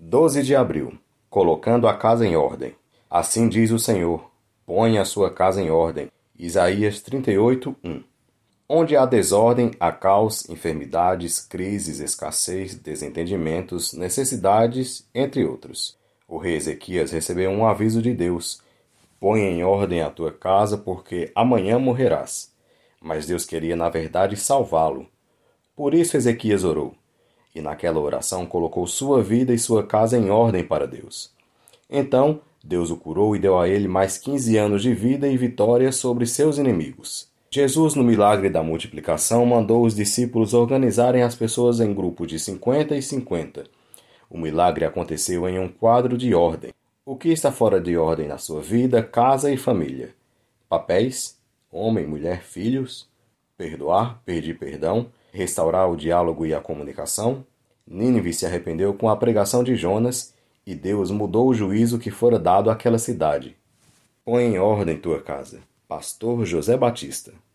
12 de abril. Colocando a casa em ordem. Assim diz o Senhor: põe a sua casa em ordem. Isaías 38:1. Onde há desordem, há caos, enfermidades, crises, escassez, desentendimentos, necessidades, entre outros. O rei Ezequias recebeu um aviso de Deus: põe em ordem a tua casa, porque amanhã morrerás. Mas Deus queria, na verdade, salvá-lo. Por isso Ezequias orou. E naquela oração colocou sua vida e sua casa em ordem para Deus. Então, Deus o curou e deu a ele mais 15 anos de vida e vitória sobre seus inimigos. Jesus, no milagre da multiplicação, mandou os discípulos organizarem as pessoas em grupos de 50 e 50. O milagre aconteceu em um quadro de ordem. O que está fora de ordem na sua vida, casa e família? Papéis? Homem, mulher, filhos? Perdoar, pedir perdão? Restaurar o diálogo e a comunicação? Nínive se arrependeu com a pregação de Jonas e Deus mudou o juízo que fora dado àquela cidade. Põe em ordem tua casa. Pastor José Batista.